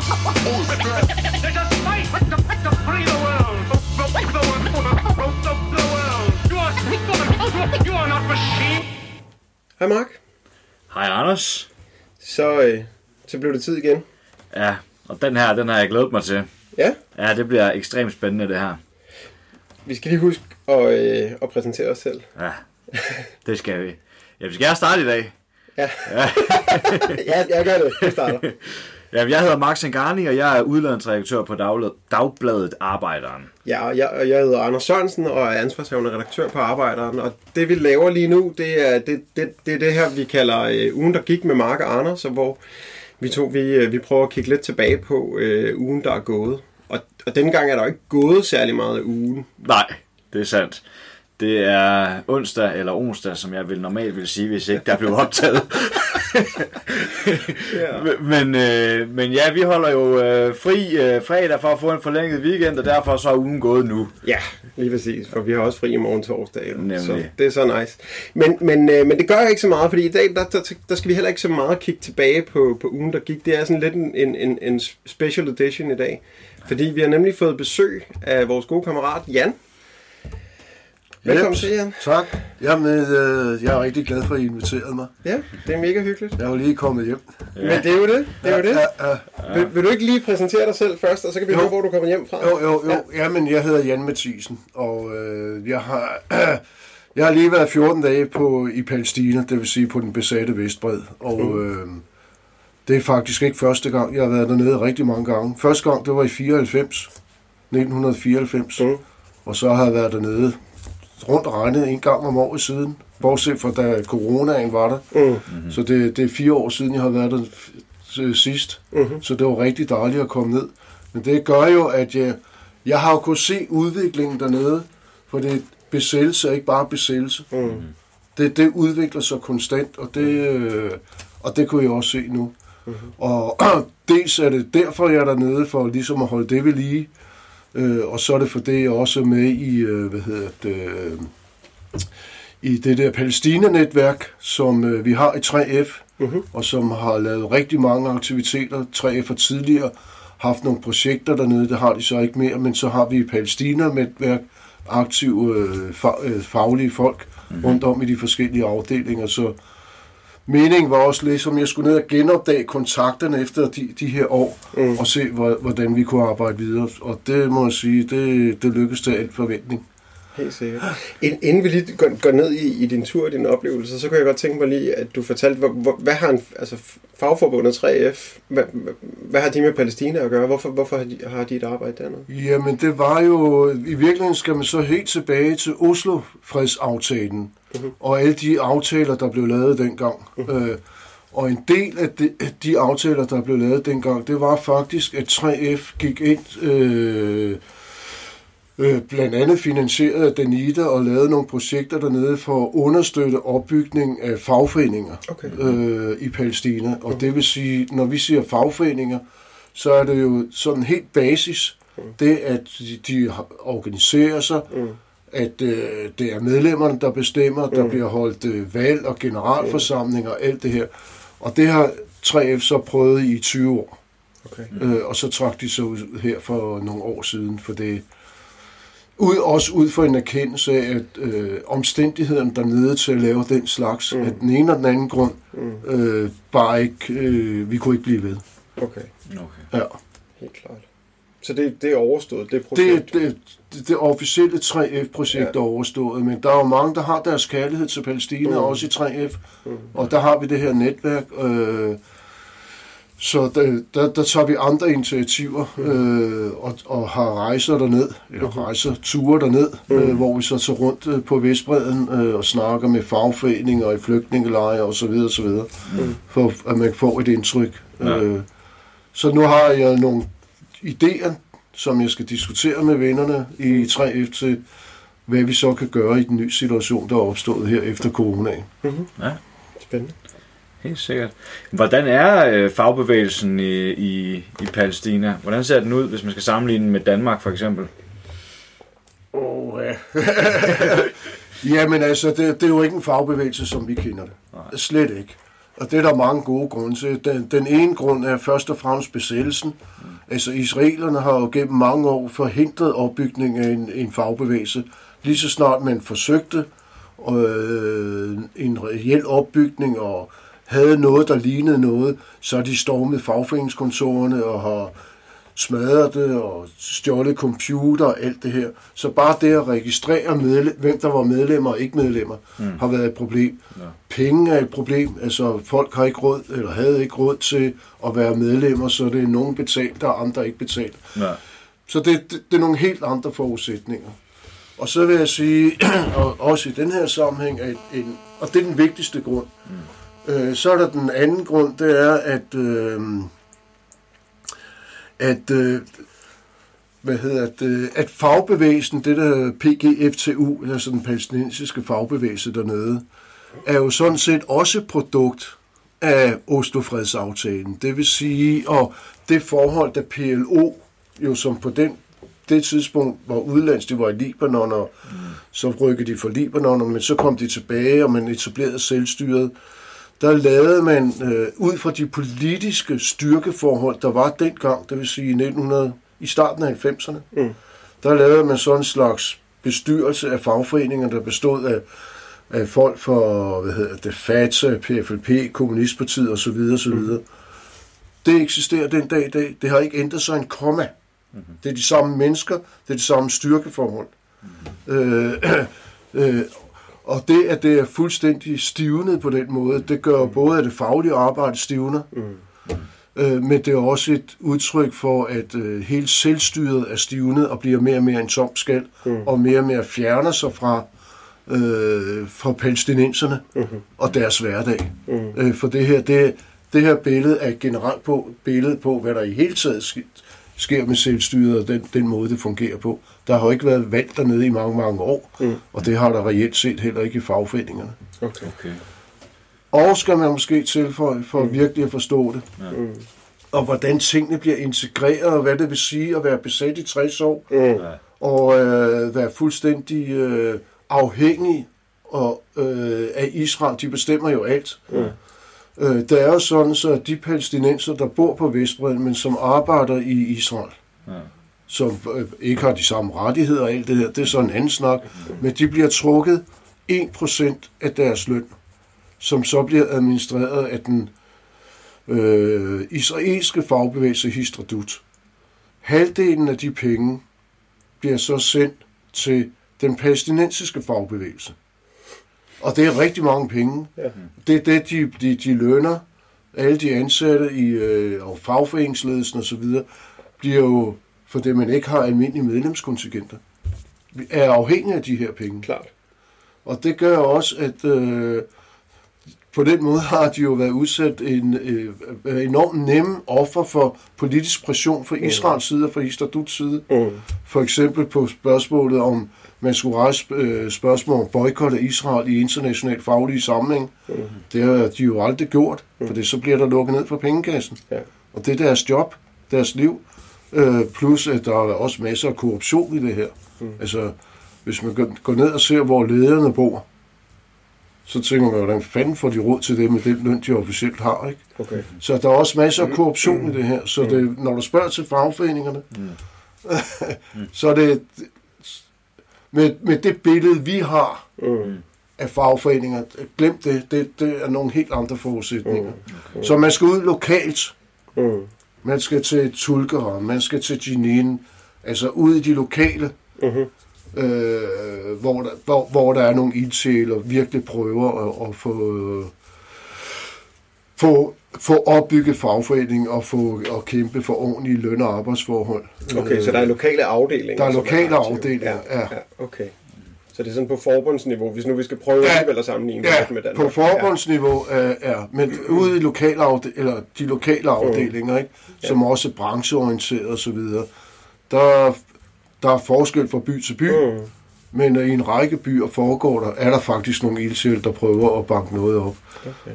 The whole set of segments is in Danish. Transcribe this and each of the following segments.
There's a fight to free the world. The world. You are not machine. Hej Mark. Hej Anders. Så blev det tid igen. Ja, og den har jeg glædet mig til. Ja? Ja, det bliver ekstremt spændende det her. Vi skal lige huske at præsentere os selv. Ja, det skal vi. Ja, vi skal starte i dag. Ja, ja jeg gør det. Vi starter. Ja, jeg hedder Mark Sangani, og jeg er udlandsredaktør på Dagbladet Arbejderen. Ja, og jeg hedder Anders Sørensen, og er ansvarshavende redaktør på Arbejderen. Og det vi laver lige nu, det er det her, vi kalder ugen, der gik med Mark og Anders, og hvor vi prøver at kigge lidt tilbage på ugen, der er gået. Og denne gang er der jo ikke gået særlig meget af ugen. Nej, det er sandt. Det er onsdag eller onsdag, som jeg normalt vil sige, hvis ikke der blev optaget. Men ja, vi holder jo fri fredag for at få en forlænget weekend, og derfor så er ugen gået nu. Ja, lige præcis, for vi har også fri i morgen torsdag. Nemlig. Så det er så nice. Men det gør ikke så meget, fordi i dag der skal vi heller ikke så meget kigge tilbage på ugen, der gik. Det er sådan lidt en special edition i dag, fordi vi har nemlig fået besøg af vores gode kammerat Jan. Velkommen til, Jan. Tak. Jamen, jeg er rigtig glad for, at I inviterede mig. Ja, det er mega hyggeligt. Jeg er jo lige kommet hjem. Ja. Men det er jo det. Ja. Vil du ikke lige præsentere dig selv først, og så kan vi høre, hvor du kommer hjem fra? Jo. Ja. Jamen, jeg hedder Jan Mathisen, og jeg har lige været 14 dage i Palæstina, det vil sige på den besatte Vestbred. Og det er faktisk ikke første gang. Jeg har været dernede rigtig mange gange. Første gang, det var i 1994. Og så har jeg været dernede rundt og regnet en gang om året siden, bortset fra da coronaen var der. Så det er 4 år siden, jeg har været der sidst. Så det var rigtig dejligt at komme ned. Men det gør jo, at jeg har jo kunnet se udviklingen dernede, for det besættelse er ikke bare besættelse. Det udvikler sig konstant, og det kunne jeg også se nu. Og dels er det derfor, jeg er dernede, for ligesom at holde det ved lige. Og så er det for det, jeg også er med i, i det der Palæstina-netværk, som vi har i 3F, og som har lavet rigtig mange aktiviteter. 3F har tidligere haft nogle projekter dernede, det har de så ikke mere, men så har vi i Palæstina-netværk aktive faglige folk rundt om i de forskellige afdelinger, så meningen var også lidt, som jeg skulle ned og genopdage kontakterne efter de her år, og se, hvordan vi kunne arbejde videre. Og det må jeg sige, det lykkedes til alt forventning. Helt sikkert. Inden vi lige går ned i din tur og dine oplevelser, så kunne jeg godt tænke mig lige, at du fortalte, hvad har fagforbundet 3F, hvad har de med Palæstina at gøre? Hvorfor har de et arbejde dernede? Jamen, det var jo, i virkeligheden skal man så helt tilbage til Oslo-fredsaftalen, og alle de aftaler, der blev lavet dengang. Og en del af de aftaler, der blev lavet dengang, det var faktisk, at 3F gik ind, blandt andet finansieret af Danida, og lavede nogle projekter dernede for at understøtte opbygning af fagforeninger i Palæstina. Og det vil sige, når vi siger fagforeninger, så er det jo sådan helt basis, det at de organiserer sig, at det er medlemmerne, der bestemmer, der bliver holdt valg og generalforsamlinger og alt det her. Og det har 3F så prøvet i 20 år. Og så trak de så ud her for nogle år siden, for det også ud for en erkendelse af, at omstændighederne dernede til at lave den slags, at den ene og den anden grund bare ikke, vi kunne ikke blive ved. Okay. Ja. Helt klart. Så det er overstået, det projekt? Det officielle 3F-projekt er overstået, men der er jo mange, der har deres kærlighed til Palæstina, også i 3F, og der har vi det her netværk, så der tager vi andre initiativer og har rejser derned, eller ture derned, hvor vi så tager rundt på Vestbredden og snakker med fagforeninger og i flygtningelejre osv., for at man får et indtryk. Så nu har jeg nogle idéer, som jeg skal diskutere med vennerne i 3F til, hvad vi så kan gøre i den nye situation, der er opstået her efter coronaen. Ja, spændende. Helt sikkert. Hvordan er fagbevægelsen i Palæstina? Hvordan ser den ud, hvis man skal sammenligne med Danmark for eksempel? Jamen altså, det er jo ikke en fagbevægelse, som vi kender det. Slet ikke. Og det er der mange gode grunde til. Den ene grund er først og fremmest besættelsen. Altså israelerne har jo gennem mange år forhindret opbygning af en fagbevægelse. Lige så snart man forsøgte en reel opbygning og havde noget, der lignede noget, så er de stormet fagforeningskontorerne og har smadret det og stjålet computer og alt det her. Så bare det at registrere, hvem der var medlemmer og ikke medlemmer, har været et problem. Ja. Penge er et problem. Altså folk har ikke råd, eller havde ikke råd til at være medlemmer, så det er nogen betalt, der er andre ikke betalt. Ja. Så det er nogle helt andre forudsætninger. Og så vil jeg sige, og også i den her sammenhæng, og det er den vigtigste grund. Så er der den anden grund, det er, at fagbevægelsen, det der PGFTU, altså den palæstinensiske fagbevægelse dernede, er jo sådan set også produkt af Oslo-fredsaftalen. Det vil sige, og det forhold, da PLO, jo som på det tidspunkt var udlands, de var i Libanon, og så rykkede de for Libanon, men så kom de tilbage, og man etablerede selvstyret. Der lavede man, ud fra de politiske styrkeforhold, der var dengang, det vil sige i starten af 90'erne, der lavede man sådan en slags bestyrelse af fagforeninger, der bestod af folk fra, FATA, PFLP, Kommunistpartiet osv. Det eksisterer den dag i dag. Det har ikke ændret sig en komma. Det er de samme mennesker, det er de samme styrkeforhold. Og det, at det er fuldstændig stivnet på den måde, det gør både, at det faglige arbejde stivner, men det er også et udtryk for, at hele selvstyret er stivnet og bliver mere og mere en tom skal, og mere og mere fjerner sig fra palæstinenserne og deres hverdag. For det her billede er et generelt billede på, hvad der i hele taget sker med selvstyret og den måde, det fungerer på. Der har jo ikke været valgt dernede i mange, mange år, og det har der reelt set heller ikke i fagforeningerne. Okay. Og skal man måske tilføje for virkelig at forstå det. Ja. Og hvordan tingene bliver integreret, og hvad det vil sige at være besat i 60 år, og være fuldstændig afhængig af Israel. De bestemmer jo alt. Det er jo sådan, så de palæstinenser, der bor på Vestbredden, men som arbejder i Israel, som ikke har de samme rettigheder og alt det der, det er sådan en anden snak, men de bliver trukket 1% af deres løn, som så bliver administreret af den israelske fagbevægelse Histadrut. Halvdelen af de penge bliver så sendt til den palæstinensiske fagbevægelse. Og det er rigtig mange penge. Det er det, de lønner. Alle de ansatte og fagforeningsledelsen osv. bliver jo, for det man ikke har almindelige medlemskontingenter, er afhængige af de her penge. Klart. Og det gør også, at på den måde har de jo været udsat en enormt nemme offer for politisk pression fra Israels side og fra Histadruts side. For eksempel på spørgsmålet om man skulle rejse spørgsmål om boykot af Israel i international faglige sammenhæng. Det har de jo aldrig gjort, for det så bliver der lukket ned for pengekassen. Og det er deres job, deres liv, plus at der er også masser af korruption i det her. Altså, hvis man går ned og ser, hvor lederne bor, så tænker man, hvordan fanden får de råd til det med den løn, de officielt har, ikke? Okay. Så der er også masser af korruption i det her. Så det, når du spørger til fagforeningerne, så er det med det billede, vi har af fagforeninger, glem det. Det er nogle helt andre forudsætninger. Okay. Så man skal ud lokalt. Man skal til Tulkeren, man skal til Jenin, altså ud i de lokale, hvor der er nogle ildsjæle og virkelig prøver at få opbygget fagforening og kæmpe for ordentlige løn- og arbejdsforhold. Okay, så der er lokale afdelinger? Der er lokale afdelinger, ja. Okay. Så det er sådan på forbundsniveau, hvis nu vi skal prøve at sammenligne med Danmark? På forbundsniveau, men ude i de lokale afdelinger, ikke, som også er brancheorienteret og så videre, der er forskel fra by til by, men i en række byer er der faktisk nogle ildsjæle, der prøver at banke noget op. Okay.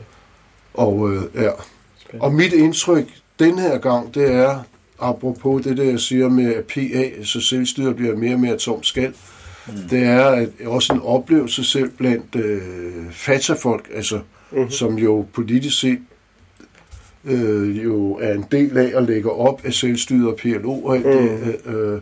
Og mit indtryk den her gang, det er, apropos det der, jeg siger med, at PA, så selvstyret bliver mere og mere tom skal, det er også en oplevelse selv blandt Fatah-folk, altså som jo politisk set jo er en del af at lægge op af selvstyret og PLO og alt det.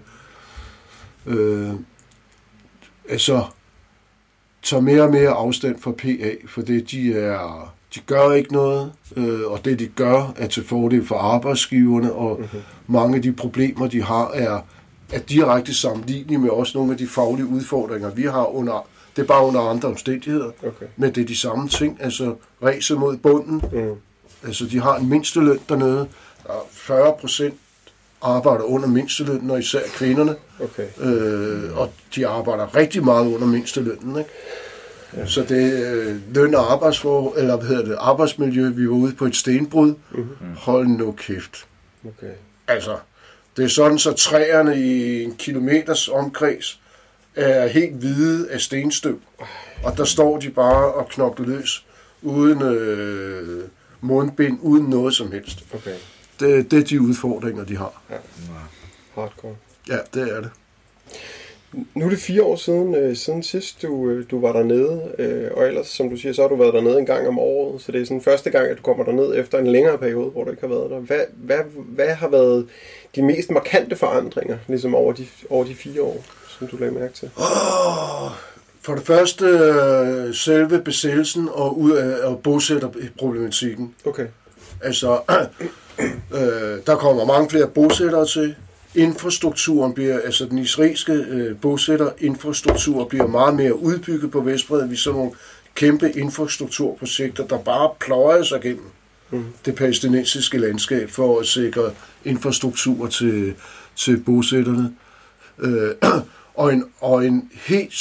Altså tager mere og mere afstand fra PA, fordi de gør ikke noget, og det de gør er til fordel for arbejdsgiverne, og mange af de problemer de har er direkte sammenlignelige med også nogle af de faglige udfordringer vi har det er bare under andre omstændigheder, men det er de samme ting, altså ræse mod bunden, altså de har en mindsteløn dernede, og 40% arbejder under mindstelønnen, og især kvinderne, og de arbejder rigtig meget under mindstelønnen, ikke? Ja. Så det løn- og arbejdsmiljø, vi var ude på et stenbrud, hold nu kæft. Altså, det er sådan, så træerne i 1 kilometers omkreds er helt hvide af stenstøv, og der står de bare og knokler løs, uden mundbind, uden noget som helst. Det er de udfordringer, de har. Ja. Hardcore. Ja, det er det. Nu er det 4 år siden sidst du var dernede, og ellers, som du siger, så har du været dernede en gang om året, så det er sådan første gang, at du kommer derned efter en længere periode, hvor du ikke har været der. Hvad har været de mest markante forandringer, ligesom over de 4 år, som du lagde mærke til? For det første selve besættelsen og bosætterproblematikken. Altså, der kommer mange flere bosættere til. Infrastrukturen bliver, altså den israelske bosætterinfrastruktur bliver meget mere udbygget på Vestbredden. Vi så nogle kæmpe infrastrukturprojekter, der bare pløjer sig gennem det palæstinensiske landskab for at sikre infrastruktur til bosætterne. Og en helt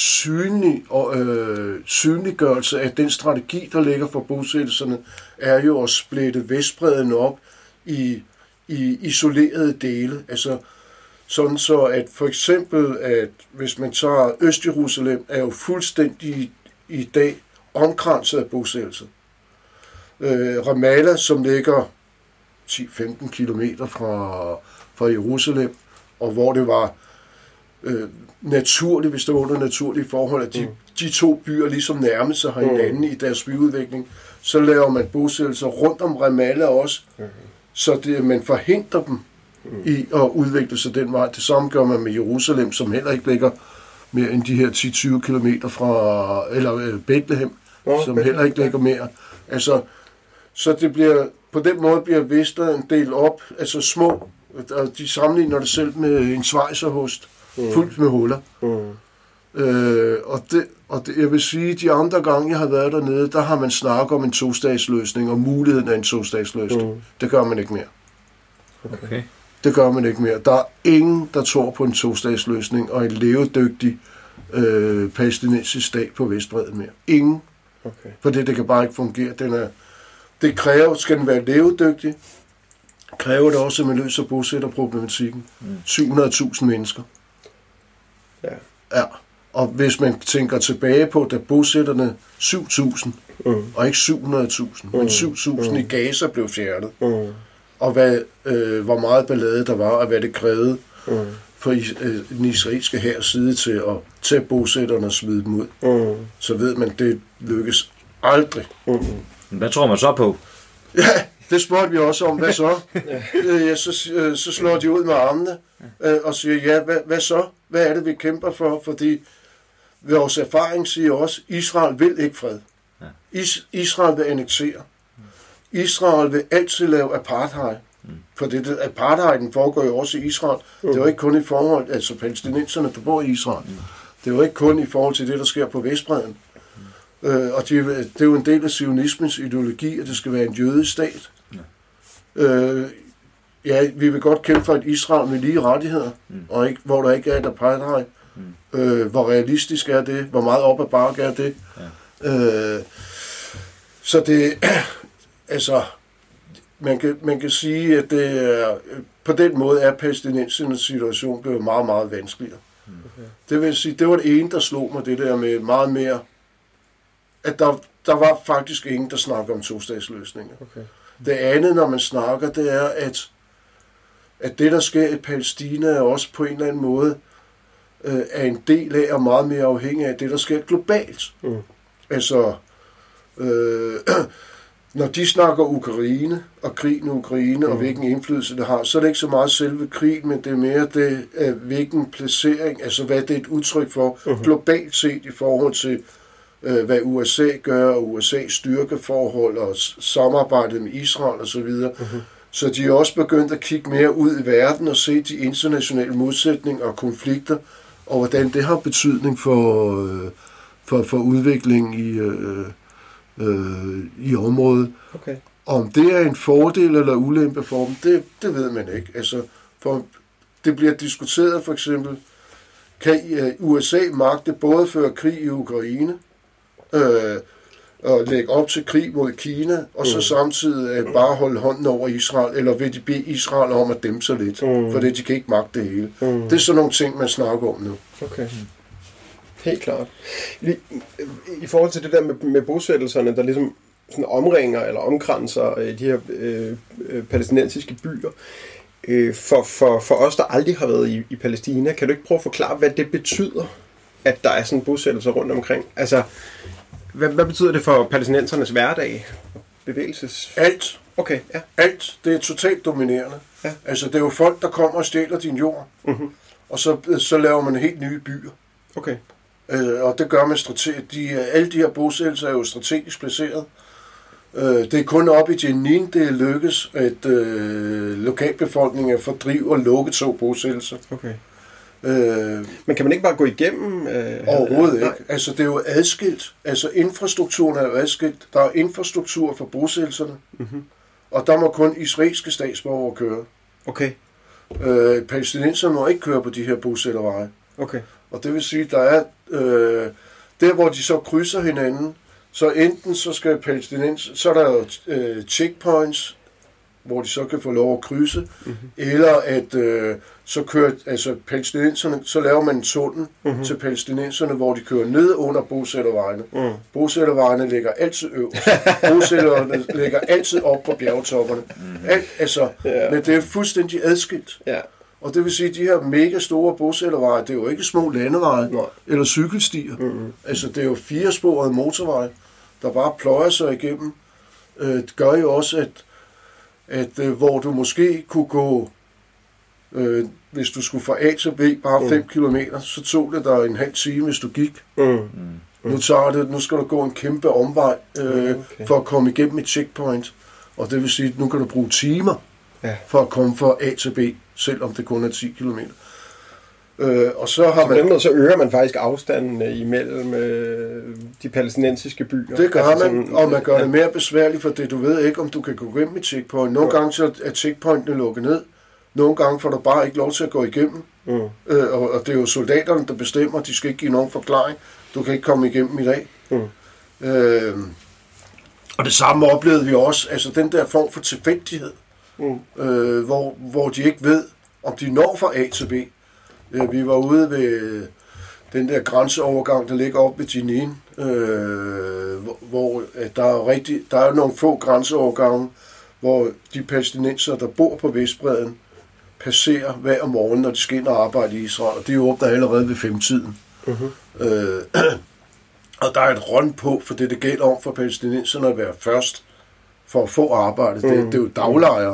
synliggørelse af den strategi, der ligger for bosættelserne, er jo at splitte Vestbredden op i isolerede dele. Altså sådan så, at for eksempel, at hvis man tager Øst-Jerusalem, er jo fuldstændig i dag omkranset af bosættelse. Ramallah, som ligger 10-15 kilometer fra Jerusalem, og hvor det var naturligt, hvis det var under naturlige forhold, at de to byer ligesom nærmede sig hinanden i deres byudvikling, så laver man bosættelser rundt om Ramallah også, så man forhindrer dem i at udvikle sig den vej. Det samme gør man med Jerusalem, som heller ikke ligger mere end de her 10-20 kilometer fra, eller Bethlehem, som heller ikke ligger mere. Altså, så det bliver, på den måde bliver Vestbredden delt op, altså små, og de sammenligner det selv med en schweizerhost, fuldt med huller. Og det, jeg vil sige, de andre gange, jeg har været dernede, der har man snakket om en tostatsløsning, og muligheden af en tostatsløsning. Det gør man ikke mere. Det gør man ikke mere. Der er ingen, der tror på en tostatsløsning, og en levedygtig palæstinensisk stat på Vestbredden mere. Ingen. For det kan bare ikke fungere. Det kræver, skal den være levedygtig, kræver det også, at man løser bosætterproblematikken. 700.000 mennesker. Ja. Og hvis man tænker tilbage på, da bosætterne 7.000, og ikke 700.000, men 7.000 i Gaza blev fjernet, og hvor meget ballade der var, og hvad det krævede for den israelske hær side til at tage bosætterne og smide dem ud, så ved man, det lykkes aldrig. Hvad tror man så på? Ja, det spurgte vi også om. Hvad så? Så slår de ud med armene og siger, hvad så? Hvad er det, vi kæmper for? Fordi vores erfaring siger også, Israel vil ikke fred. Israel vil annektere. Israel vil altid lave apartheid. For apartheiden foregår jo også i Israel. Det er jo ikke kun i forhold, altså palæstinenserne, der bor i Israel. Det er jo ikke kun i forhold til det, der sker på Vestbredden. Og det er jo en del af zionismens ideologi, at det skal være en jødisk stat. Vi vil godt kæmpe for et Israel med lige rettigheder, og ikke, hvor der ikke er et apartheid. Hvor realistisk er det? Hvor meget op ad bakke er det? Så det, altså, man kan sige, at det er, på den måde er palæstinensernes situation blevet meget, meget vanskeligere. Det vil sige, det var det ene, der slog mig, det der med meget mere, at der var faktisk ingen, der snakker om tostatsløsninger. Det andet, når man snakker, det er, at det, der sker i Palæstina, er også på en eller anden måde er en del af og meget mere afhængig af det, der sker globalt. Altså, Når de snakker Ukraine og krigen i Ukraine og hvilken indflydelse det har, så er det ikke så meget selve krigen, men det er mere det, hvilken placering, altså hvad det er et udtryk for globalt set i forhold til, hvad USA gør, og USA's styrkeforhold og samarbejdet med Israel osv. Så de er også begyndt at kigge mere ud i verden og se de internationale modsætninger og konflikter, og hvordan det har betydning for udviklingen i området. Okay. Om det er en fordel eller ulempe for dem, det ved man ikke. Altså, for det bliver diskuteret for eksempel, kan USA magte både føre krig i Ukraine, og lægge op til krig mod Kina, og så samtidig bare holde hånden over Israel, eller vil de bede Israel om at dæmpe sig lidt, for de kan ikke magte det hele. Det er sådan nogle ting, man snakker om nu. Okay. Helt klart. I forhold til det der med bosættelserne, der ligesom sådan omringer eller omkranser de her palæstinensiske byer, for os, der aldrig har været i Palæstina, kan du ikke prøve at forklare, hvad det betyder, at der er sådan bosættelser rundt omkring? Altså, hvad betyder det for palæstinensernes hverdag? Bevægelses? Alt. Okay, ja. Alt. Det er totalt dominerende. Ja. Altså, det er jo folk, der kommer og stjæler din jord, og så laver man helt nye byer. Okay. Og det gør man strategisk. Alle de her bosættelser er jo strategisk placeret. Det er kun op i Jenin, det lykkes, at lokalbefolkningen fordrive og lukke 2 bosættelser. Okay. Men kan man ikke bare gå igennem? Overhovedet ikke. Altså, det er jo adskilt. Altså, infrastrukturen er jo adskilt. Der er infrastruktur for bosættelserne, og der må kun israelske statsborgere køre. Okay. Palæstinenserne må ikke køre på de her bosætterveje. Okay. Og det vil sige, der er der, hvor de så krydser hinanden, så enten så skal palæstinenser, så er der jo checkpoints, hvor de så kan få lov at krydse, eller at så kører altså palæstinenserne, så laver man en tunnel til palæstinenserne, hvor de kører ned under bosættervejene. Bosættervejene ligger altid øverst. Bosætterne ligger altid op på bjergtopperne. Men det er fuldstændig adskilt. Ja. Og det vil sige, at de her mega store bosætterveje, det er jo ikke små landeveje eller cykelstier. Altså, det er jo 4-sporede motorveje, der bare pløjer sig igennem. Det gør jo også, at hvor du måske kunne gå, hvis du skulle fra A til B bare 5 kilometer, så tog det dig en halv time, hvis du gik. Nu skal du gå en kæmpe omvej for at komme igennem et checkpoint. Og det vil sige, at nu kan du bruge timer for at komme fra A til B, selvom det kun er 10 kilometer. Og så har på den måde, så øger man faktisk afstanden imellem de palæstinensiske byer. Det gør man, og man gør det mere besværligt, fordi du ved ikke, om du kan gå igennem et checkpoint. Nogle gange så er checkpointene lukket ned. Nogle gange får du bare ikke lov til at gå igennem. Og det er jo soldaterne, der bestemmer. De skal ikke give nogen forklaring. Du kan ikke komme igennem i dag. Og det samme oplevede vi også. Altså den der form for tilfældighed. Hvor de ikke ved, om de når fra A til B. Vi var ude ved den der grænseovergang, der ligger op ved Jenin, hvor der er nogle få grænseovergange, hvor de palæstinenser, der bor på Vestbredden, passerer hver morgen, når de skal ind og arbejde i Israel, og de åbner allerede ved 5-tiden. Og der er et run på, for det gælder om for palæstinenserne at være først for at få arbejde. Det er jo daglejre.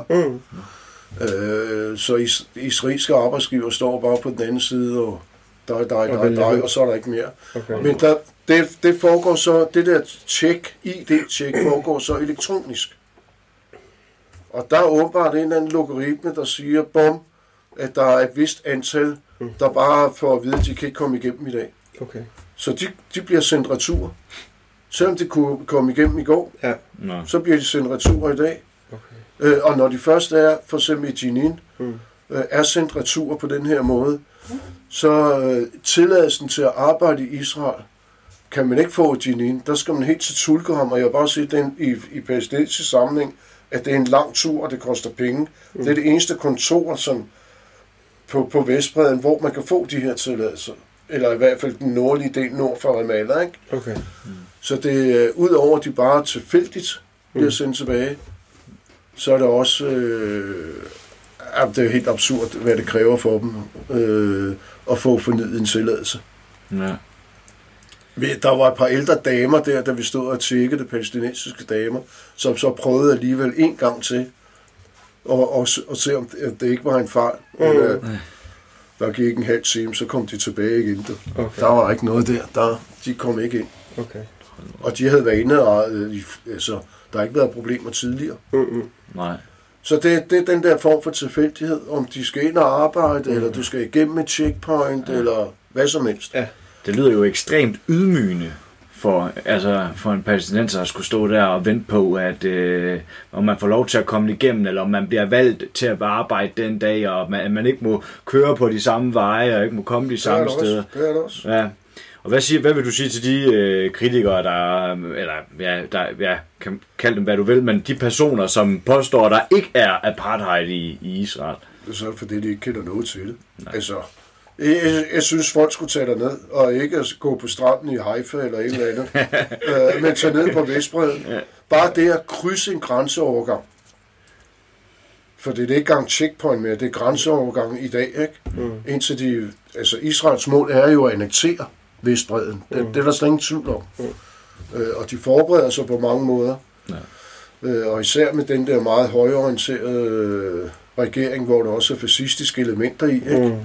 Så israelske arbejdsgiver står bare på den anden side, og dig, og så er der ikke mere. Okay. Men det foregår så, det der ID-check foregår så elektronisk. Og der er åbenbart en eller anden logaritme, der siger, at der er et vist antal, der bare får at vide, at de kan ikke komme igennem i dag. Okay. Så de bliver sendt retur. Selvom de kunne komme igennem i går, så bliver de sendt retur i dag. Okay. Og når de først er, for eksempel i Jenin, er sendt retur på den her måde, så tilladelsen til at arbejde i Israel, kan man ikke få i Jenin. Der skal man helt til Tulkarm, og jeg vil bare sige, den i palæstinensisk sammenhæng, at det er en lang tur, og det koster penge. Det er det eneste kontor, som på Vestbredden, hvor man kan få de her tilladelser. Eller i hvert fald den nordlige del nord for Ramallah, ikke? Okay. Så det er udover, at de bare tilfældigt bliver sendt tilbage, så er det også det er helt absurd, hvad det kræver for dem at få fornyet en tilladelse. Ja. Der var et par ældre damer der vi stod og tjekkede, palæstinensiske damer, som så prøvede alligevel en gang til og se, om det ikke var en fejl. Men, der gik en halv time, så kom de tilbage igen. Okay. Der var ikke noget der. De kom ikke ind. Okay. Og de havde været inde, så der har ikke været problemer tidligere. Nej. Så det er den der form for tilfældighed, om de skal ind og arbejde, eller du skal igennem et checkpoint, eller hvad som helst. Ja. Det lyder jo ekstremt ydmygende for en palæstinenser at skulle stå der og vente på, at om man får lov til at komme igennem, eller om man bliver valgt til at arbejde den dag, og at man ikke må køre på de samme veje, og ikke må komme de samme steder. Det er det også. Ja. Og hvad vil du sige til de kritikere, der kan kalde dem hvad du vil, men de personer, som påstår, at der ikke er apartheid i Israel? Det er så fordi, de ikke kender noget til det. Nej. Altså, jeg synes, folk skulle tage derned, og ikke gå på stranden i Haifa eller et eller andet, men tage ned på Vestbredden. Ja. Bare det at krydse en grænseovergang. For det er ikke engang checkpoint mere, det er grænseovergang i dag, ikke? Indtil Israels mål er jo at annektere Vestbredden. Det er der slet ingen tvivl om. Og de forbereder sig på mange måder. Ja. Og især med den der meget højreorienterede regering, hvor der også er fascistiske elementer i, ikke?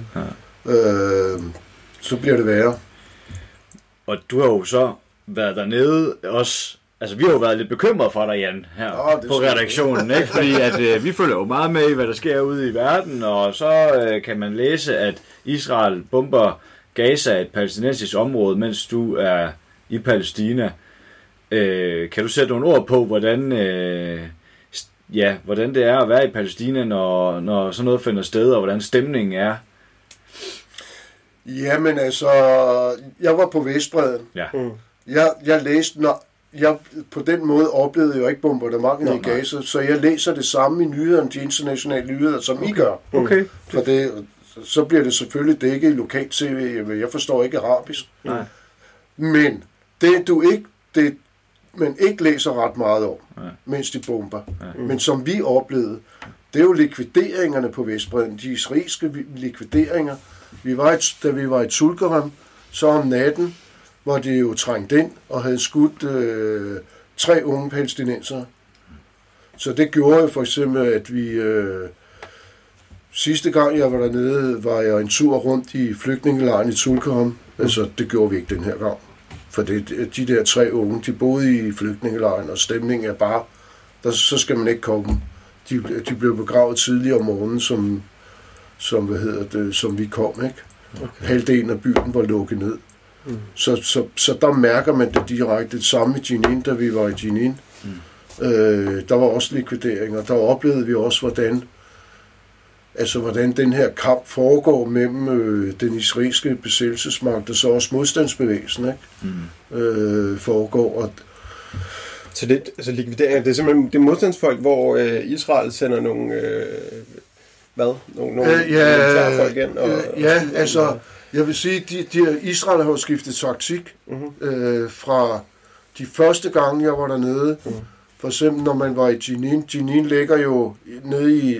Så bliver det værre. Og du har jo så været dernede også. Altså, vi har jo været lidt bekymrede for dig, Jan, her på redaktionen, ikke? Fordi at, vi følger jo meget med i, hvad der sker ude i verden, og så kan man læse, at Israel bomber Gaza, et palæstinensisk område, mens du er i Palæstina. Kan du sætte nogle ord på, hvordan det er at være i Palæstina, når sådan noget finder sted, og hvordan stemningen er? Jamen altså, jeg var på Vestbredden. Ja. Jeg læste, jeg på den måde oplevede jo ikke bombardementet i Gaza, så jeg læser det samme i nyhederne, de internationale nyheder, som I gør. Okay. For det, så bliver det selvfølgelig dækket i lokalt tv. Jeg forstår ikke arabisk. Nej. Men man ikke læser ret meget om, mens de bomber. Men som vi oplevede, det er jo likvideringerne på Vestbredden, de israelske likvideringer. Da vi var i Tulkarem, så om natten, hvor de jo trængt ind og havde skudt 3 unge palæstinensere. Så det gjorde jo for eksempel, at vi sidste gang jeg var dernede, var jeg en tur rundt i flygtningelejren i Tulkarem. Altså det gjorde vi ikke den her gang. For de der 3 unge, de boede i flygtningelejren, og stemningen er bare, så skal man ikke komme. De blev begravet tidligere om morgenen, som vi kom, ikke? Okay. Halvdelen af byen var lukket ned. Så der mærker man det direkte. Det samme i Jenin, da vi var i Jenin. Der var også likvideringer. Der oplevede vi også, hvordan den her kamp foregår mellem den israelske besættelsesmagt og så også modstandsbevægelsen, ikke? Foregår. Så det, likvideringer, det er simpelthen det modstandsfolk, hvor Israel sender nogle folk ind? Jeg vil sige, Israel har jo skiftet taktik fra de første gange, jeg var dernede. For eksempel, når man var i Jenin. Jenin ligger jo nede i,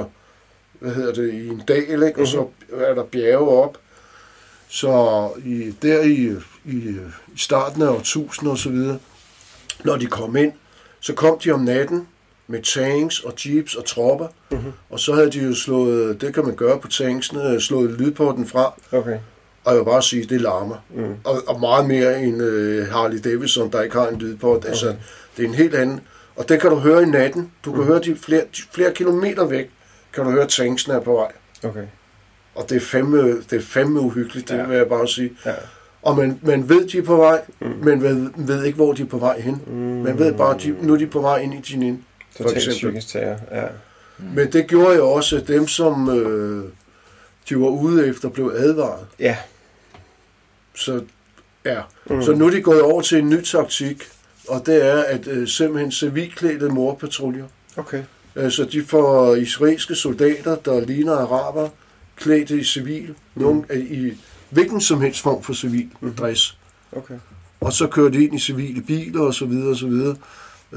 i en dal, ikke? Og så er der bjerge op. Så i starten af årtusind og så videre, når de kom ind, så kom de om natten med tanks og jeeps og tropper, og så havde de jo slået, det kan man gøre på tanksene, slået lydporten fra. Okay. Og jeg vil bare sige, det larmer. Og meget mere end Harley Davidson, der ikke har en lydport. Okay. Altså, det er en helt anden. Og det kan du høre i natten. Du kan høre de flere kilometer væk, kan du høre tanksene er på vej. Okay. Og det er fandme uhyggeligt, det vil jeg bare sige. Ja. Og man ved, de er på vej, men ved ikke, hvor de er på vej hen. Man ved bare, nu er de på vej ind i Jenin, for eksempel. Ja. Men det gjorde jo også, at dem, som de var ude efter, blev advaret. Ja. Så nu er de gået over til en ny taktik, og det er, at simpelthen civilklædte mordpatruljer. Okay. Så de får israelske soldater, der ligner araber, klædt i civil, nogen i hvilken som helst form for civil dress. Okay. Og så kører de ind i civile biler og så videre og så videre.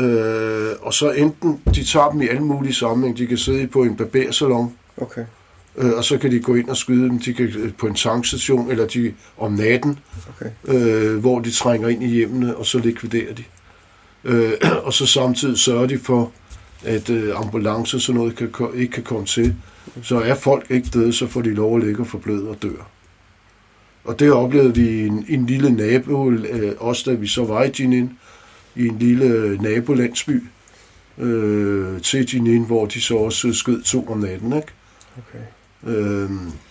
Og så enten de tager dem i alle mulige sammenhæng. De kan sidde på en barbersalon. Okay. og så kan de gå ind og skyde dem. De kan på en tankstation, eller de om natten, hvor de trænger ind i hjemmene, og så likviderer de. Og så samtidig sørger de for, at ambulancer sådan noget ikke kan komme til. Så er folk ikke døde, så får de lov at ligge og forbløde og dør. Og det oplevede vi i en lille nabo, også da vi så var i Jenin, i en lille nabolandsby til Jenin, hvor de så også skød 2 om natten, ikke? Okay.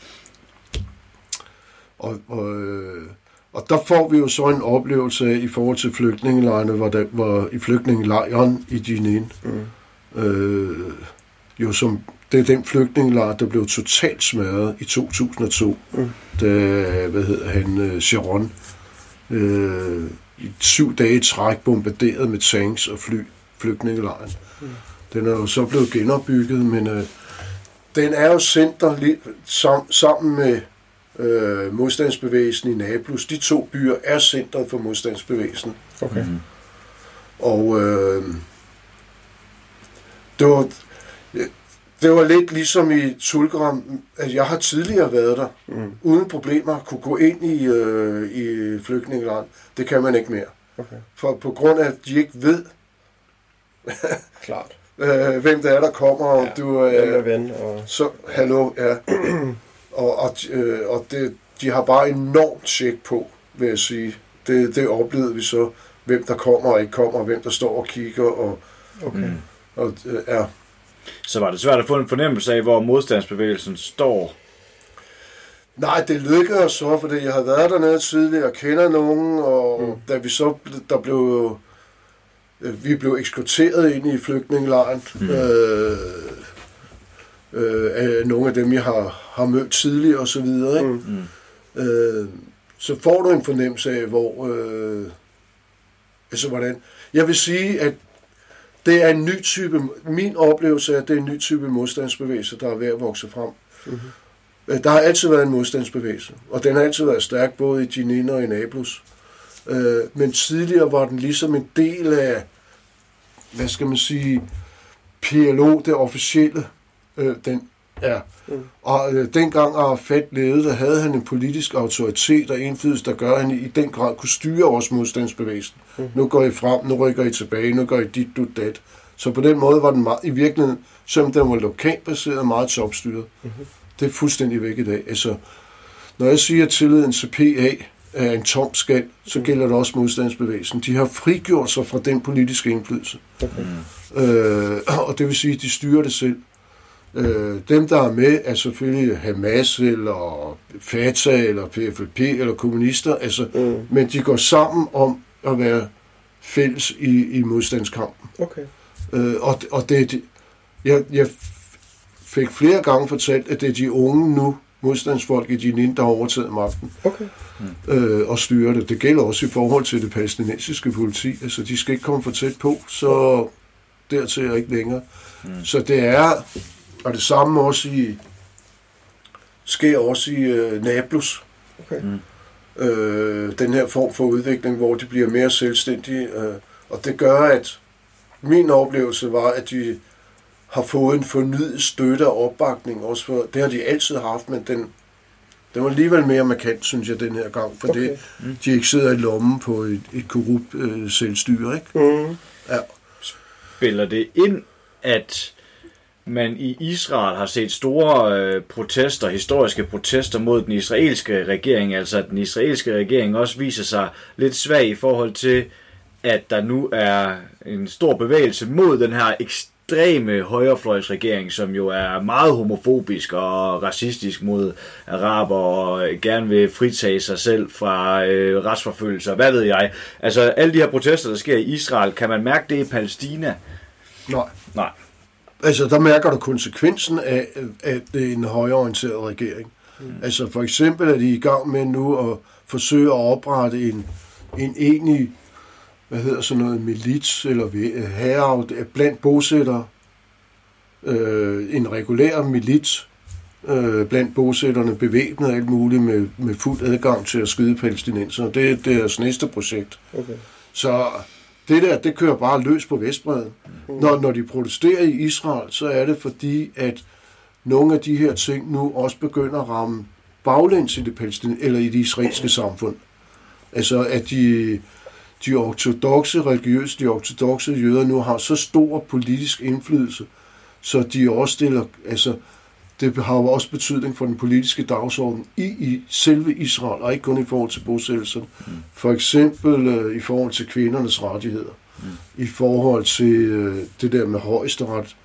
Og der får vi jo så en oplevelse af, i forhold til flygtningelejrene, hvor i flygtningelejren i Jenin, jo som det er den flygtningelejr, der blev totalt smadret i 2002, da, Sharon, i 7 dage træk bombarderet med tanks og fly, flygtningelejren. Den er jo så blevet genopbygget, men den er jo center sammen med modstandsbevægelsen i Nablus. De 2 byer er centret for modstandsbevægelsen. Okay. Og det var lidt ligesom i Tulgram, at jeg har tidligere været der, uden problemer kunne gå ind i flygtningelejren. Det kan man ikke mere. Okay. For på grund af, at de ikke ved, klart. Hvem det er, der kommer, og du er ven. Og... Så, hallo, ja. og de har bare enormt tjek på, vil jeg sige. Det oplevede vi så, hvem der kommer og ikke kommer, og hvem der står og kigger, og ja. Så var det svært at få en fornemmelse af, hvor modstandsbevægelsen står? Nej, det lykkedes så, fordi jeg havde været dernede tidligere og kender nogen, og da vi så vi blev eskorteret ind i flygtningelejren af nogle af dem, jeg har mødt tidligere og så videre, ikke? Så får du en fornemmelse af, hvor altså hvordan. Jeg vil sige, at det er en ny type, min oplevelse er, at det er en ny type modstandsbevægelse, der er ved at vokse frem. Der har altid været en modstandsbevægelse, og den har altid været stærk, både i Jenin og i Nablus. Men tidligere var den ligesom en del af, hvad skal man sige, PLO, det officielle. Og dengang Arafat levede, der havde han en politisk autoritet og indflydelse, der gør, at han i den grad kunne styre også modstandsbevægelsen. Nu går I frem, nu rykker I tilbage, nu går I dit, du, dat. Så på den måde var den meget, i virkeligheden, som den var lokalt baseret, meget topstyret. Det er fuldstændig væk i dag. Altså, når jeg siger, at tilliden til PA er en tom skal, så gælder det også modstandsbevægelsen. De har frigjort sig fra den politiske indflydelse. Og det vil sige, at de styrer det selv. Dem, der er med, er selvfølgelig Hamas, eller Fatah, eller PFLP, eller kommunister, altså, men de går sammen om at være fælles i modstandskampen. Okay. Og det, jeg fik flere gange fortalt, at det er de unge nu, modstandsfolk i Jenin, der har overtaget magten og styrer det. Det gælder også i forhold til det palæstinensiske politi. Altså, de skal ikke komme for tæt på, så dertil er ikke længere. Så det er, og det samme også sker også i Nablus. Okay. Den her form for udvikling, hvor de bliver mere selvstændige. Og det gør, at min oplevelse var, at de har fået en fornyet støtte og opbakning. Også for, det har de altid haft, men den var alligevel mere markant, synes jeg, den her gang. For det, de ikke sidder i lommen på et korrupt selvstyre. Ikke? Ja. Spiller det ind, at man i Israel har set store protester, historiske protester mod den israelske regering, altså at den israelske regering også viser sig lidt svag i forhold til, at der nu er en stor bevægelse mod den her ekstreme højrefløjsregering, som jo er meget homofobisk og racistisk mod araber og gerne vil fritage sig selv fra retsforfølgelser, hvad ved jeg. Altså alle de her protester, der sker i Israel, kan man mærke det i Palæstina? Nej. Altså, der mærker du konsekvensen af, at det er en højreorienteret regering. Altså, for eksempel er de i gang med nu at forsøge at oprette en egentlig, milits, eller herre blandt bosættere. En regulær milits blandt bosætterne, bevæbnet og alt muligt med fuld adgang til at skyde palæstinenser. Det er deres næste projekt. Okay. Så det kører bare løs på Vestbredden. Når de protesterer i Israel, så er det fordi, at nogle af de her ting nu også begynder at ramme baglæns i eller i det israelske samfund. Altså at de ortodokse religiøse, de ortodokse jøder nu har så stor politisk indflydelse, så de også stiller, altså det har jo også betydning for den politiske dagsorden i selve Israel, og ikke kun i forhold til bosættelserne. For eksempel i forhold til kvindernes rettigheder, i forhold til det der med højesteret,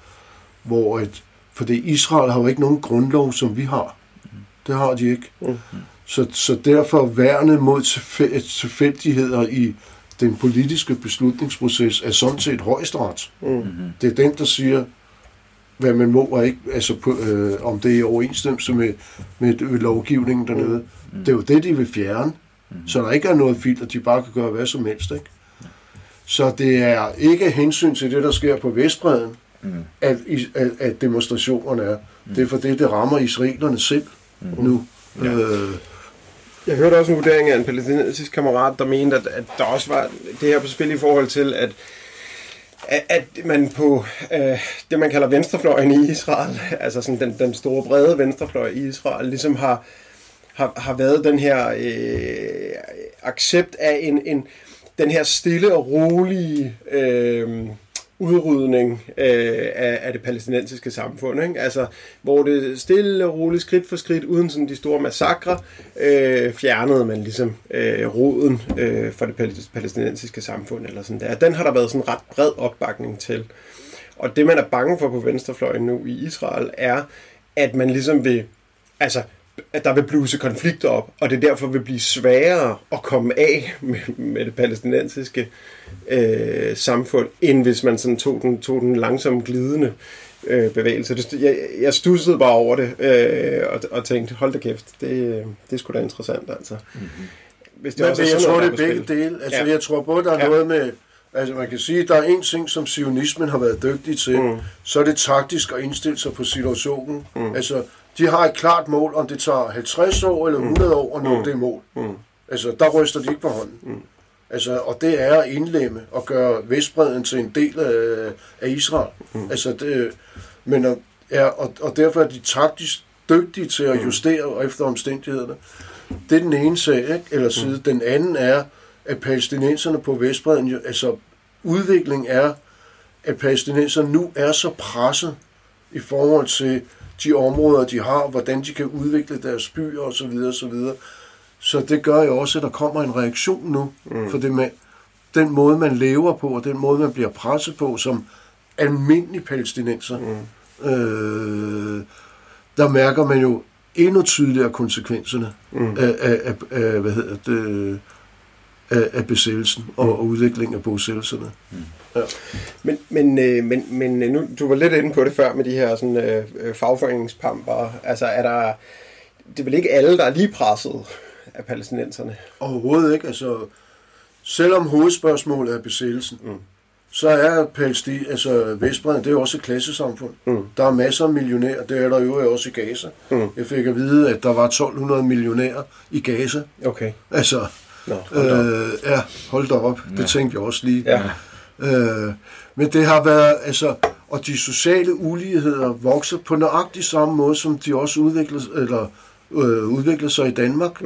for det Israel har jo ikke nogen grundlov, som vi har. Det har de ikke. Så derfor værnet mod tilfældigheder i den politiske beslutningsproces er sådan set højesteret. Det er den, der siger, hvad man må og ikke, altså om det er i overensstemmelse med lovgivningen dernede. Det er jo det, de vil fjerne. Så der ikke er noget filter, de bare kan gøre hvad som helst, ikke? Så det er ikke hensyn til det, der sker på Vestbredden, at demonstrationerne er. Det er for det rammer israelerne selv nu. Ja. Jeg hørte også en vurdering af en palæstinensisk kammerat, der mente, at der også var det her på spil i forhold til, at man på det, man kalder venstrefløjen i Israel, altså sådan den store brede venstrefløj i Israel, ligesom har været den her accept af den her stille og rolige udrydning af det palæstinensiske samfund, ikke? Altså, hvor det stille og roligt, skridt for skridt, uden sådan de store massakre, fjernede man ligesom roden for det palæstinensiske samfund, eller sådan der. Den har der været sådan ret bred opbakning til. Og det, man er bange for på venstrefløjen nu i Israel, er, at man ligesom vil, altså, at der vil bluse konflikter op, og det derfor vil blive sværere at komme af med det palæstinensiske samfund, end hvis man sådan tog den langsomt glidende bevægelse. Jeg studsede bare over det og tænkte, hold da kæft, det er sgu da interessant, altså. Hvis det men også jeg tror, det er begge dele. Altså, jeg tror både, der er noget med, altså man kan sige, der er en ting, som zionismen har været dygtig til, så er det taktisk at indstille sig på situationen. Altså, de har et klart mål, om det tager 50 år eller 100 år at nå det mål. Altså, der ryster de ikke på hånden. Altså, og det er at indlemme og gøre Vestbredden til en del af Israel. Altså, og derfor er de taktisk dygtige til at justere efter omstændighederne. Det er den ene sag, ikke? Eller side. Den anden er, at palæstinenserne på Vestbredden, altså udvikling er, at palæstinenserne nu er så presset i forhold til de områder, de har, hvordan de kan udvikle deres byer osv. osv. Så det gør jo også, at der kommer en reaktion nu, for den måde, man lever på, og den måde, man bliver presset på, som almindelig palæstinenser, der mærker man jo endnu tydeligere konsekvenserne af besættelsen og udviklingen af bosættelserne. Ja. Men nu, du var lidt inde på det før med de her sådan, fagforeningspamper. Altså det er vel ikke alle, der er lige presset af palæstinenserne? Overhovedet ikke. Altså, selvom hovedspørgsmålet er besættelsen, så er Vestbredden, det er også et klassesamfund. Der er masser af millionærer, det er der jo også i Gaza. Jeg fik at vide, at der var 1200 millionærer i Gaza. Okay. Altså, hold da op. Det tænkte jeg også lige. Ja. Men det har været, altså, og de sociale uligheder vokser på nøjagtig samme måde, som de også udvikler sig i Danmark.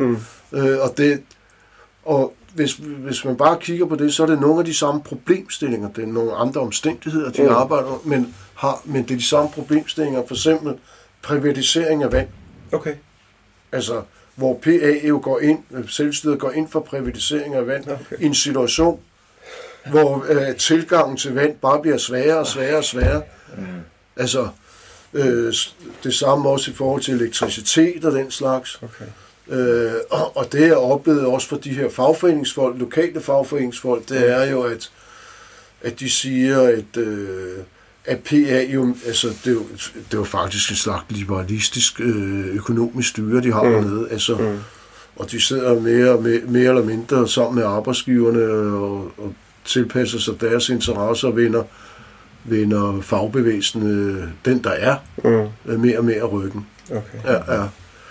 Og hvis man bare kigger på det, så er det nogle af de samme problemstillinger. Det er nogle andre omstændigheder, de arbejder, men det er de samme problemstillinger. For eksempel privatisering af vand. Okay. Altså, hvor PA jo går ind, selvstyret går ind for privatisering af vand i en situation, hvor tilgangen til vand bare bliver sværere og sværere og sværere. Altså, det samme også i forhold til elektricitet og den slags. Okay. Og det er oplevet også for de her fagforeningsfolk, lokale fagforeningsfolk, det er jo, at de siger, at PA jo, altså det er jo faktisk en slags liberalistisk økonomisk styre, de har dernede, altså, og de sidder mere eller mindre sammen med arbejdsgiverne og tilpasser sig deres interesser og vinder fagbevægelsen, den der er, mere og mere ryggen. Okay. Ja.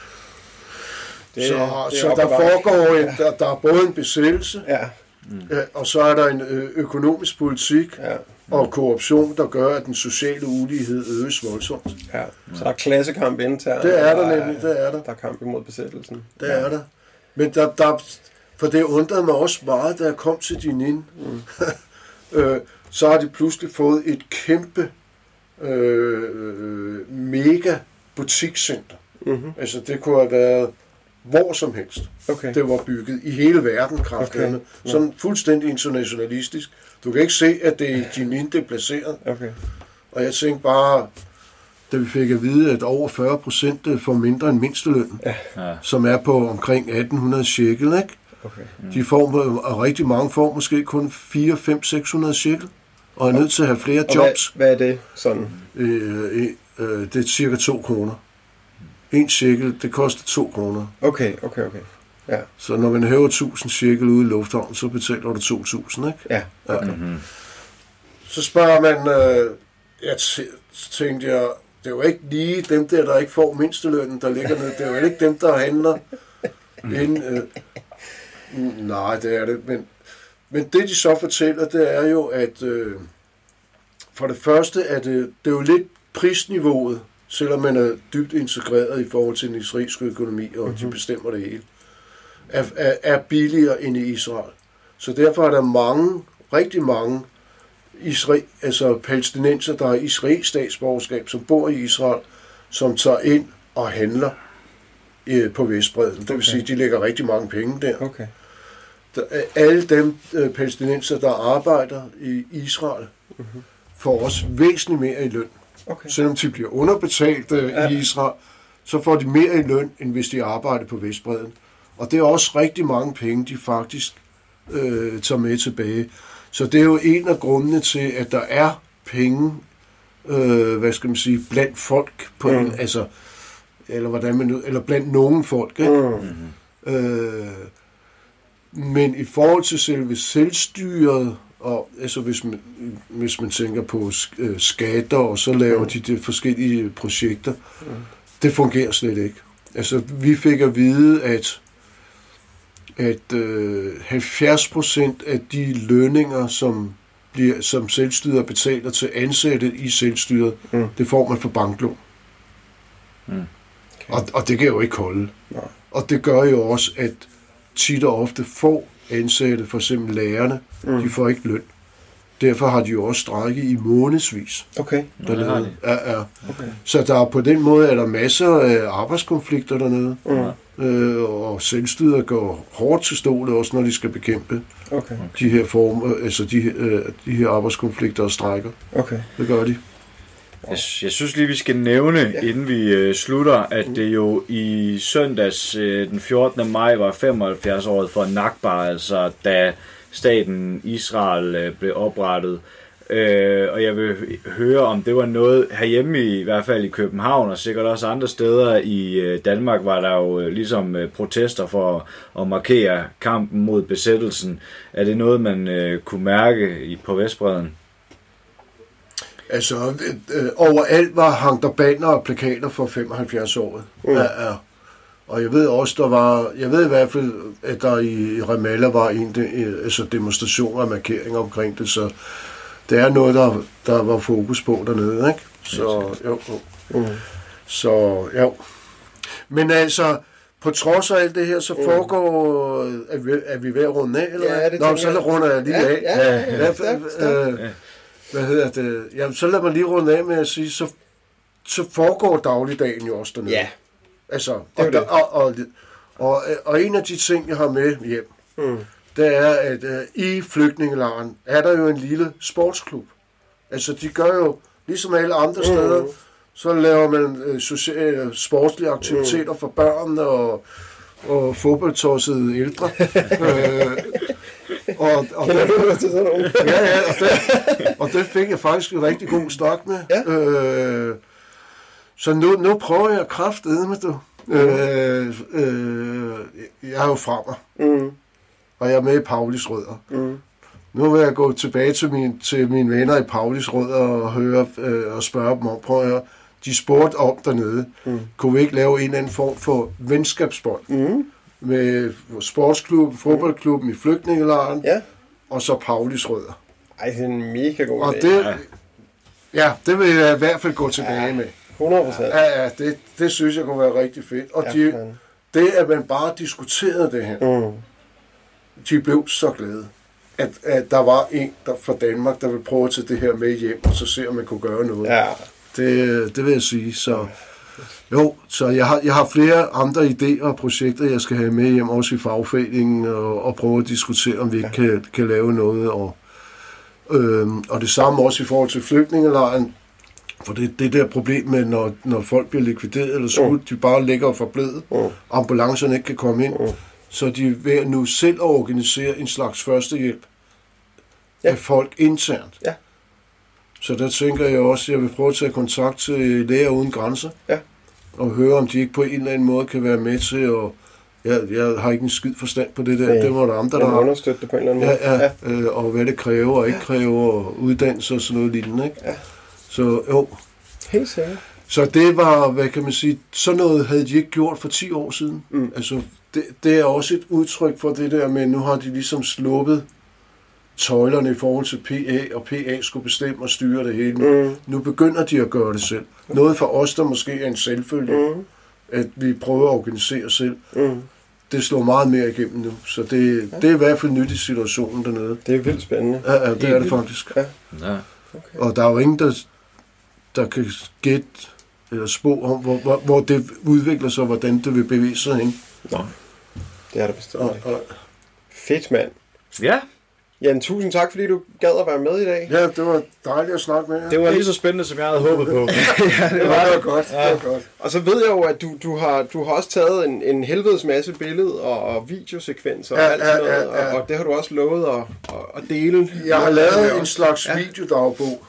Så der foregår der er både en besættelse, og så er der en økonomisk politik, og korruption, der gør, at den sociale ulighed øges voldsomt. Ja, så der er klassekamp internt. Det er der nemlig, det er der. Der er kamp imod besættelsen. Det er der. Men for det undrede mig også meget, da jeg kom til Jenin. Så har de pludselig fået et kæmpe mega butikscenter. Mm-hmm. Altså det kunne have været hvor som helst. Okay. Det var bygget i hele verden, kraftedeme. Okay. Sådan fuldstændig internationalistisk. Du kan ikke se, at det er i Jenin, det er placeret. Okay. Og jeg tænkte bare, da vi fik at vide, at over 40% får mindre end mindstelønnen, som er på omkring 1800 shekel, ikke? Okay. De får, og rigtig mange får måske kun 4, 5, 600 shekel, og er nødt til at have flere jobs. Hvad er det sådan? Det er cirka 2 kroner. 1 shekel, det koster 2 kroner. Okay. Ja. Så når man hæver 1000 shekel ude i lufthavnen, så betaler du 2000, ikke? Ja. Okay. Så spørger man, tænkte jeg, det er jo ikke lige dem der ikke får mindstelønnen, der ligger ned. Det er jo ikke dem, der handler inden. Nej, det er det. Men det, de så fortæller, det er jo, at for det første er det er jo lidt prisniveauet, selvom man er dybt integreret i forhold til den israelske økonomi, og de bestemmer det hele, er billigere end i Israel. Så derfor er der rigtig mange palæstinenser, der har israelsk statsborgerskab, som bor i Israel, som tager ind og handler på Vestbredden. Det vil sige, at de lægger rigtig mange penge der. Okay. Alle dem palæstinenser, der arbejder i Israel, får også væsentligt mere i løn. Okay. Selvom de bliver underbetalt i Israel, så får de mere i løn, end hvis de arbejder på Vestbredden. Og det er også rigtig mange penge, de faktisk tager med tilbage. Så det er jo en af grundene til, at der er penge, blandt folk på den, altså, eller blandt nogen folk, ikke? Men i forhold til selve selvstyret, og altså hvis man tænker på skatter, og så laver de forskellige projekter, det fungerer slet ikke. Altså, vi fik at vide, at 70% af de lønninger, som selvstyret betaler til ansatte i selvstyret, det får man for banklån. Okay. Og det kan jo ikke holde. Nej. Og det gør jo også, at tit og ofte få ansatte, for eksempel lærerne, de får ikke løn. Derfor har de jo også strejket i månedsvis. Okay. Dernede. Ja. Okay. Så der på den måde er der masser af arbejdskonflikter dernede. Og selvstyret går hårdt til stålet, også når de skal bekæmpe de her former, altså de her arbejdskonflikter og strejker. Okay. Det gør de. Jeg synes lige, vi skal nævne, inden vi slutter, at det jo i søndags den 14. maj var 75-året for Nakba, altså da staten Israel blev oprettet. Og jeg vil høre, om det var noget herhjemme, i hvert fald i København, og sikkert også andre steder i Danmark, var der jo ligesom protester for at markere kampen mod besættelsen. Er det noget, man kunne mærke på Vestbredden? Altså, overalt hang der banner og plakater for 75 år. Ja. Og jeg ved også, jeg ved i hvert fald, at der i Ramallah var demonstrationer og markeringer omkring det, så det er noget, der var fokus på dernede, ikke? Så, jo. Så, jo. Men altså, på trods af alt det her, så foregår, er vi ved at runde af, eller hvad? Nå, så runder jeg lige af. Hvad hedder det? Jamen, så lad mig lige runde af med at sige, så foregår dagligdagen jo også dernede. Ja. Altså, og en af de ting, jeg har med hjem, det er, at i flygtningelejren er der jo en lille sportsklub. Altså, de gør jo, ligesom alle andre steder, så laver man sportslige aktiviteter for børn og fodboldtossede ældre. Og det fik jeg faktisk en rigtig god snak med. Ja. Så nu prøver jeg kraftedeme, du. Jeg er jo fra mig. Og jeg er med i Paulis Rødder. Nu vil jeg gå tilbage til mine venner i Paulis Rødder og høre og spørge dem om, prøv at høre, de spurgte om dernede, kunne vi ikke lave en eller anden form for venskabsbånd med sportsklubben, fodboldklubben i flygtningelejren, og så Paulis Rødder. Ej, det er en mega god og idé. det vil jeg i hvert fald gå tilbage med. 100%. Ja, det synes jeg kunne være rigtig fedt. Og det, at man bare diskuterede det her, de blev så glade, at der var en fra Danmark, der ville prøve at tage det her med hjem, og så se, om man kunne gøre noget. Ja. Det vil jeg sige. Så jeg har flere andre idéer og projekter, jeg skal have med hjem, også i fagforeningen, og prøve at diskutere, om vi ikke kan lave noget. Og det samme også i forhold til flygtningelejren. For det der problem med, når folk bliver likvideret eller skudt, de bare ligger og forbledet, ambulancerne ikke kan komme ind, så de er ved nu selv at organisere en slags førstehjælp af folk internt. Ja. Så der tænker jeg også, at jeg vil prøve at tage kontakt til Læger Uden Grænser, og høre, om de ikke på en eller anden måde kan være med til at... Jeg har ikke en skid forstand på det der. Det var der andre, der har understøtte det på en eller anden måde. Og hvad det kræver og ikke kræver, og uddannelse og sådan noget lignende, ikke? Ja. Så jo. Helt sikkert. Så det var, hvad kan man sige, sådan noget havde de ikke gjort for 10 år siden. Altså, det er også et udtryk for det der med, nu har de ligesom sluppet tøjlerne i forhold til PA, og PA skulle bestemme og styre det hele. Nu begynder de at gøre det selv. Noget for os, der måske er en selvfølge, at vi prøver at organisere selv. Det slår meget mere igennem nu. Så det er i hvert fald nyt i situationen dernede. Det er vildt spændende. Ja, det er det faktisk. Ja. Okay. Og der er jo ingen, der kan gætte eller spå om, hvor det udvikler sig, og hvordan det vil bevæge sig hen. Nej, det er der bestemt. Fedt, mand. Ja. Jan, tusind tak, fordi du gad at være med i dag. Ja, det var dejligt at snakke med jer. Det var lige så spændende, som jeg havde håbet på. Det var godt. Ja. Det var godt. Og så ved jeg jo, at du har også taget en helvedes masse billeder og videosekvenser og alt sådan noget, og det har du også lovet at dele. Jeg har lavet en slags videodagbog,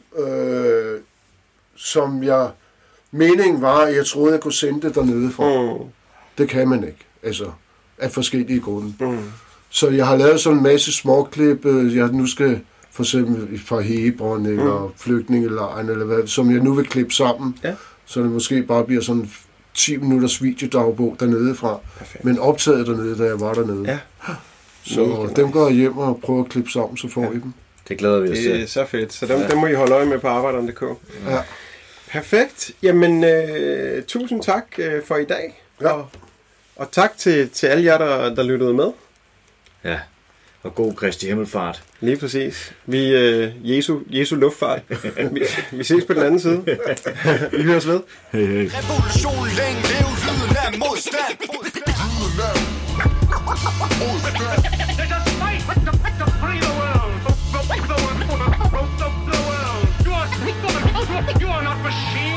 som meningen var, at jeg troede, jeg kunne sende det dernede fra. Det kan man ikke, altså af forskellige grunde. Så jeg har lavet sådan en masse småklip, jeg nu skal for eksempel fra Hebron eller flygtningelejren, eller hvad, som jeg nu vil klippe sammen, så det måske bare bliver sådan 10 minutters videodagbog dernede fra, men optaget dernede, da jeg var dernede. Ja. Så dem går jeg hjem og prøver at klippe sammen, så får I dem. Det glæder vi os til. Det er så fedt, så dem må I holde øje med på arbejderen.dk. Ja. Perfekt. Jamen, tusind tak for i dag, og tak til alle jer, der lyttede med. Ja, og god Kristi himmelfart. Lige præcis. Jesu luftfart. Vi ses på den anden side. Vi høres ved. Hej, hej. Revolution længe, lev lyden af modstand. There's a fight to free the world. You are not machine.